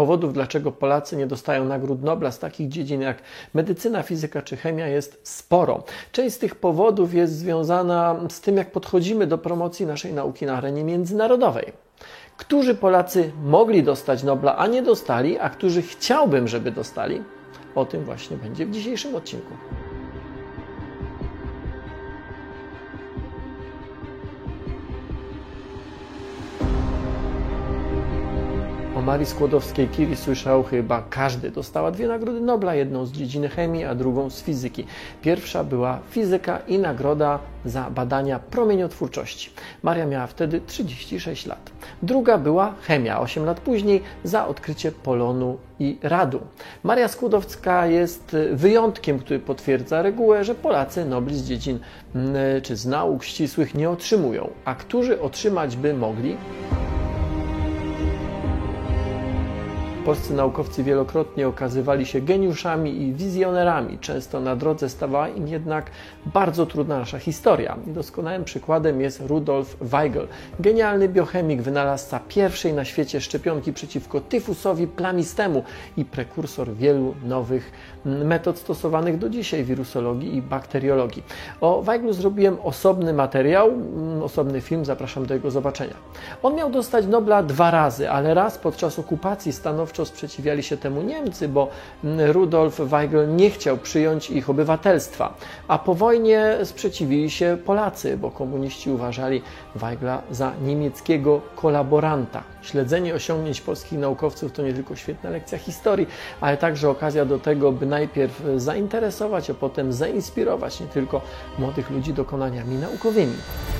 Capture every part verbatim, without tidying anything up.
Powodów, dlaczego Polacy nie dostają nagród Nobla z takich dziedzin jak medycyna, fizyka czy chemia, jest sporo. Część z tych powodów jest związana z tym, jak podchodzimy do promocji naszej nauki na arenie międzynarodowej. Którzy Polacy mogli dostać Nobla, a nie dostali, a którzy chciałbym, żeby dostali? O tym właśnie będzie w dzisiejszym odcinku. O Marii Skłodowskiej-Curie słyszał chyba każdy. Dostała dwie nagrody Nobla, jedną z dziedziny chemii, a drugą z fizyki. Pierwsza była fizyka i nagroda za badania promieniotwórczości. Maria miała wtedy trzydzieści sześć lat. Druga była chemia, osiem lat później, za odkrycie polonu i radu. Maria Skłodowska jest wyjątkiem, który potwierdza regułę, że Polacy Nobli z dziedzin czy z nauk ścisłych nie otrzymują. A którzy otrzymać by mogli? Polscy naukowcy wielokrotnie okazywali się geniuszami i wizjonerami. Często na drodze stawała im jednak bardzo trudna nasza historia. Doskonałym przykładem jest Rudolf Weigl, genialny biochemik, wynalazca pierwszej na świecie szczepionki przeciwko tyfusowi plamistemu i prekursor wielu nowych metod stosowanych do dzisiaj w wirusologii i bakteriologii. O Weiglu zrobiłem osobny materiał, osobny film, zapraszam do jego zobaczenia. On miał dostać Nobla dwa razy, ale raz podczas okupacji stanowczo sprzeciwiali się temu Niemcy, bo Rudolf Weigl nie chciał przyjąć ich obywatelstwa, a po wojnie sprzeciwili się Polacy, bo komuniści uważali Weigla za niemieckiego kolaboranta. Śledzenie osiągnięć polskich naukowców to nie tylko świetna lekcja historii, ale także okazja do tego, by najpierw zainteresować, a potem zainspirować nie tylko młodych ludzi dokonaniami naukowymi.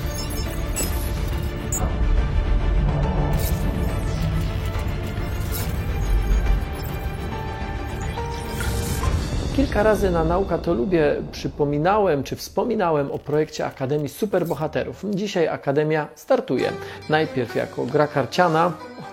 Kilka razy na Nauka to Lubię przypominałem czy wspominałem o projekcie Akademii Superbohaterów. Dzisiaj Akademia startuje. Najpierw jako gra karciana,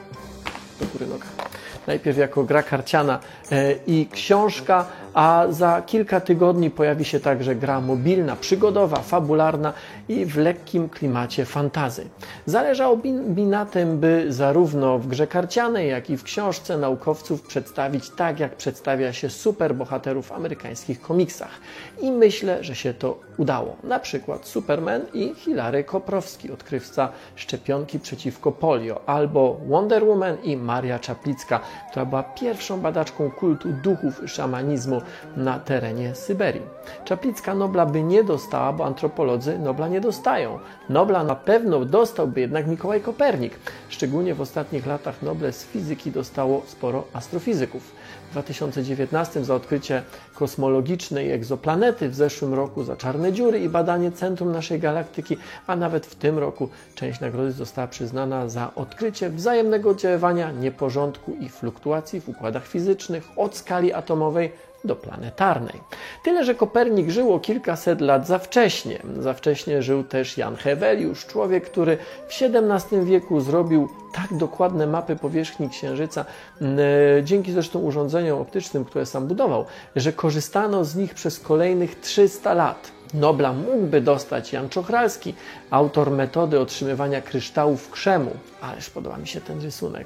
do góry noga. Najpierw jako gra karciana i książka, a za kilka tygodni pojawi się także gra mobilna, przygodowa, fabularna i w lekkim klimacie fantasy. Zależało mi na tym, by zarówno w grze karcianej, jak i w książce naukowców przedstawić tak, jak przedstawia się superbohaterów w amerykańskich komiksach. I myślę, że się to udało. Na przykład Superman i Hilary Koprowski, odkrywca szczepionki przeciwko polio, albo Wonder Woman i Maria Czaplicka, która była pierwszą badaczką kultu duchów i szamanizmu na terenie Syberii. Czaplicka Nobla by nie dostała, bo antropolodzy Nobla nie dostają. Nobla na pewno dostałby jednak Mikołaj Kopernik. Szczególnie w ostatnich latach Noble z fizyki dostało sporo astrofizyków. W dwa tysiące dziewiętnastym za odkrycie kosmologicznej egzoplanety, w zeszłym roku za czarne dziury i badanie centrum naszej galaktyki, a nawet w tym roku część nagrody została przyznana za odkrycie wzajemnego oddziaływania nieporządku i fluktuacji w układach fizycznych od skali atomowej do planetarnej. Tyle, że Kopernik żył o kilkaset lat za wcześnie. Za wcześnie żył też Jan Heweliusz, człowiek, który w siedemnastym wieku zrobił tak dokładne mapy powierzchni Księżyca, dzięki zresztą urządzeniom optycznym, które sam budował, że korzystano z nich przez kolejnych trzysta lat. Nobla mógłby dostać Jan Czochralski, autor metody otrzymywania kryształów krzemu. Ależ podoba mi się ten rysunek.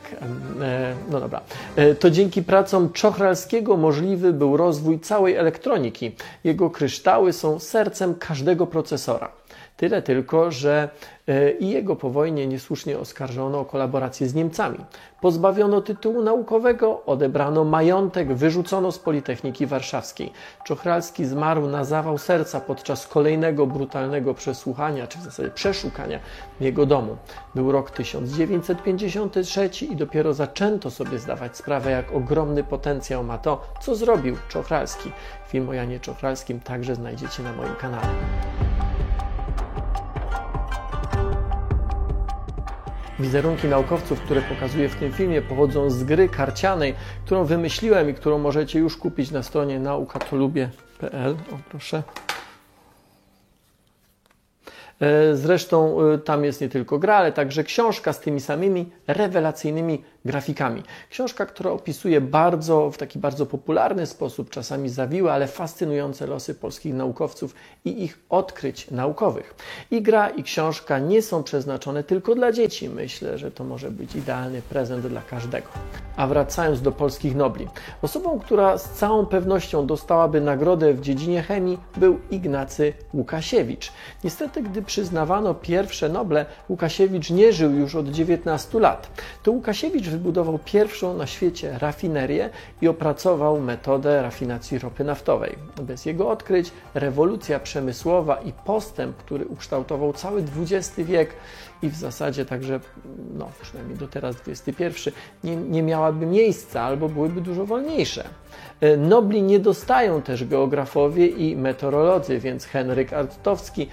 No dobra. To dzięki pracom Czochralskiego możliwy był rozwój całej elektroniki. Jego kryształy są sercem każdego procesora. Tyle tylko, że i jego po wojnie niesłusznie oskarżono o kolaborację z Niemcami. Pozbawiono tytułu naukowego, odebrano majątek, wyrzucono z Politechniki Warszawskiej. Czochralski zmarł na zawał serca podczas kolejnego brutalnego przesłuchania, czy w zasadzie przeszukania jego domu. Był rok tysiąc dziewięćset pięćdziesiąty trzeci i dopiero zaczęto sobie zdawać sprawę, jak ogromny potencjał ma to, co zrobił Czochralski. Film o Janie Czochralskim także znajdziecie na moim kanale. Wizerunki naukowców, które pokazuję w tym filmie, pochodzą z gry karcianej, którą wymyśliłem i którą możecie już kupić na stronie nauka to lubię kropka p l. O, proszę. Zresztą tam jest nie tylko gra, ale także książka z tymi samymi rewelacyjnymi grafikami. Książka, która opisuje bardzo, w taki bardzo popularny sposób, czasami zawiłe, ale fascynujące losy polskich naukowców i ich odkryć naukowych. I gra, i książka nie są przeznaczone tylko dla dzieci. Myślę, że to może być idealny prezent dla każdego. A wracając do polskich nobli. Osobą, która z całą pewnością dostałaby nagrodę w dziedzinie chemii, był Ignacy Łukasiewicz. Niestety, gdy przyznawano pierwsze Noble, Łukasiewicz nie żył już od dziewiętnastu lat. To Łukasiewicz wybudował pierwszą na świecie rafinerię i opracował metodę rafinacji ropy naftowej. Bez jego odkryć rewolucja przemysłowa i postęp, który ukształtował cały dwudziesty wiek i w zasadzie także, no przynajmniej do teraz dwudziesty pierwszy, nie, nie miałaby miejsca albo byłyby dużo wolniejsze. Nobli nie dostają też geografowie i meteorolodzy, więc Henryk Artowski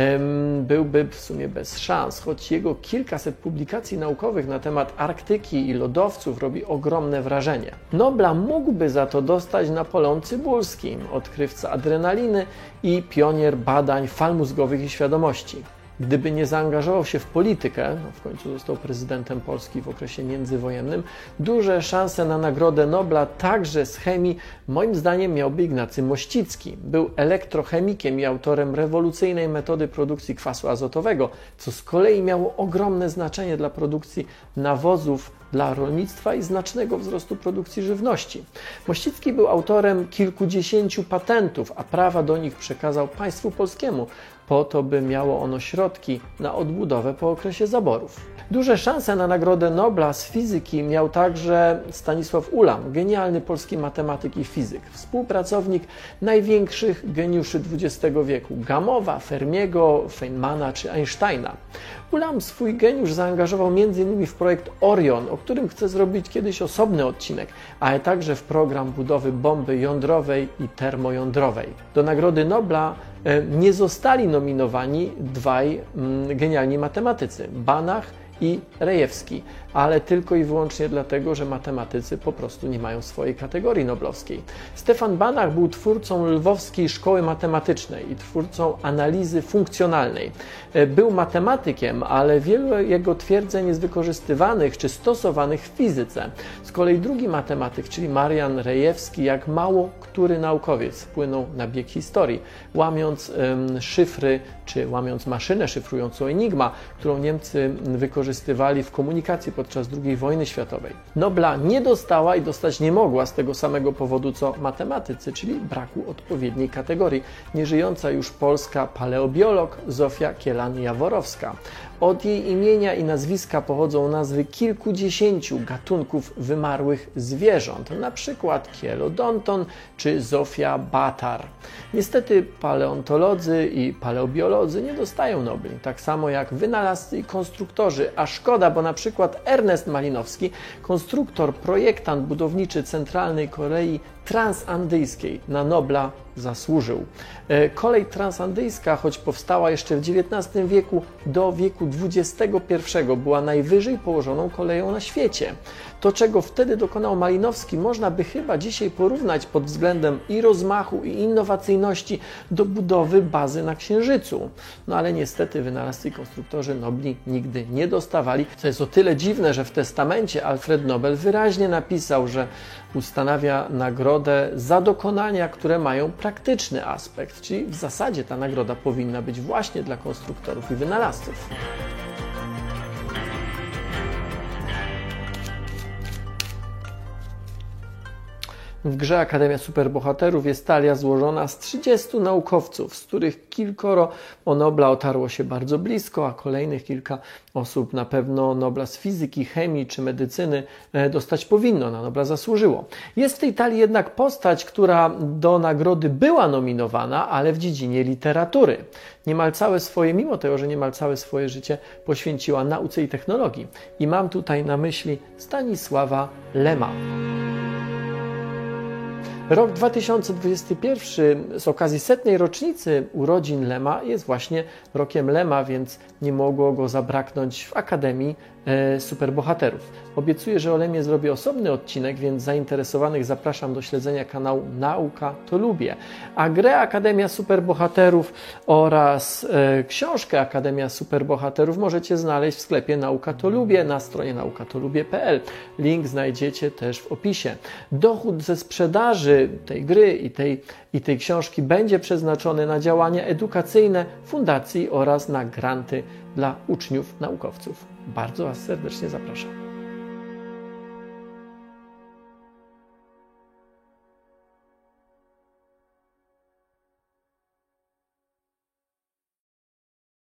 um, byłby w sumie bez szans, choć jego kilkaset publikacji naukowych na temat Arktyki i lodowców robi ogromne wrażenie. Nobla mógłby za to dostać Napoleon Cybulski, odkrywca adrenaliny i pionier badań fal mózgowych i świadomości. Gdyby nie zaangażował się w politykę, no w końcu został prezydentem Polski w okresie międzywojennym, duże szanse na Nagrodę Nobla także z chemii moim zdaniem miałby Ignacy Mościcki. Był elektrochemikiem i autorem rewolucyjnej metody produkcji kwasu azotowego, co z kolei miało ogromne znaczenie dla produkcji nawozów dla rolnictwa i znacznego wzrostu produkcji żywności. Mościcki był autorem kilkudziesięciu patentów, a prawa do nich przekazał państwu polskiemu, po to, by miało ono środki na odbudowę po okresie zaborów. Duże szanse na Nagrodę Nobla z fizyki miał także Stanisław Ulam, genialny polski matematyk i fizyk, współpracownik największych geniuszy dwudziestego wieku, Gamowa, Fermiego, Feynmana czy Einsteina. Ulam swój geniusz zaangażował między innymi w projekt Orion, o którym chcę zrobić kiedyś osobny odcinek, ale także w program budowy bomby jądrowej i termojądrowej. Do Nagrody Nobla nie zostali nominowani dwaj mm, genialni matematycy, Banach i Rejewski, ale tylko i wyłącznie dlatego, że matematycy po prostu nie mają swojej kategorii noblowskiej. Stefan Banach był twórcą Lwowskiej Szkoły Matematycznej i twórcą analizy funkcjonalnej. Był matematykiem, ale wielu jego twierdzeń jest wykorzystywanych czy stosowanych w fizyce. Z kolei drugi matematyk, czyli Marian Rejewski, jak mało który naukowiec wpłynął na bieg historii, łamiąc ym, szyfry, czy łamiąc maszynę szyfrującą Enigma, którą Niemcy wykorzystywali w komunikacji podczas drugiej wojny światowej. Nobla nie dostała i dostać nie mogła z tego samego powodu co matematycy, czyli braku odpowiedniej kategorii, nieżyjąca już polska paleobiolog Zofia Kielan-Jaworowska. Od jej imienia i nazwiska pochodzą nazwy kilkudziesięciu gatunków wymarłych zwierząt, na przykład Kielodonton czy Zofia Batar. Niestety paleontolodzy i paleobiolodzy nie dostają Nobli, tak samo jak wynalazcy i konstruktorzy, a szkoda, bo na przykład Ernest Malinowski, konstruktor, projektant budowniczy Centralnej Korei Transandyjskiej, na Nobla zasłużył. Kolej transandyjska, choć powstała jeszcze w dziewiętnastym wieku, do wieku dwudziestego pierwszego była najwyżej położoną koleją na świecie. To, czego wtedy dokonał Malinowski, można by chyba dzisiaj porównać pod względem i rozmachu, i innowacyjności do budowy bazy na Księżycu. No ale niestety wynalazcy i konstruktorzy Nobli nigdy nie dostawali, co jest o tyle dziwne, że w testamencie Alfred Nobel wyraźnie napisał, że ustanawia nagrodę za dokonania, które mają praktyczny aspekt, czyli w zasadzie ta nagroda powinna być właśnie dla konstruktorów i wynalazców. W grze Akademia Superbohaterów jest talia złożona z trzydziestu naukowców, z których kilkoro o Nobla otarło się bardzo blisko, a kolejnych kilka osób na pewno Nobla z fizyki, chemii czy medycyny dostać powinno, na Nobla zasłużyło. Jest w tej talii jednak postać, która do nagrody była nominowana, ale w dziedzinie literatury. Niemal całe swoje, mimo tego, że niemal całe swoje życie poświęciła nauce i technologii. I mam tutaj na myśli Stanisława Lema. Rok dwa tysiące dwudziesty pierwszy z okazji setnej rocznicy urodzin Lema jest właśnie rokiem Lema, więc nie mogło go zabraknąć w Akademii e, superbohaterów. Obiecuję, że o Lemie zrobię osobny odcinek, więc zainteresowanych zapraszam do śledzenia kanału Nauka to Lubię. A grę Akademia Superbohaterów oraz e, książkę Akademia Superbohaterów możecie znaleźć w sklepie Nauka to Lubię na stronie nauka to lubię kropka p l. Link znajdziecie też w opisie. Dochód ze sprzedaży tej gry i tej, i tej książki będzie przeznaczony na działania edukacyjne fundacji oraz na granty dla uczniów, naukowców. Bardzo Was serdecznie zapraszam.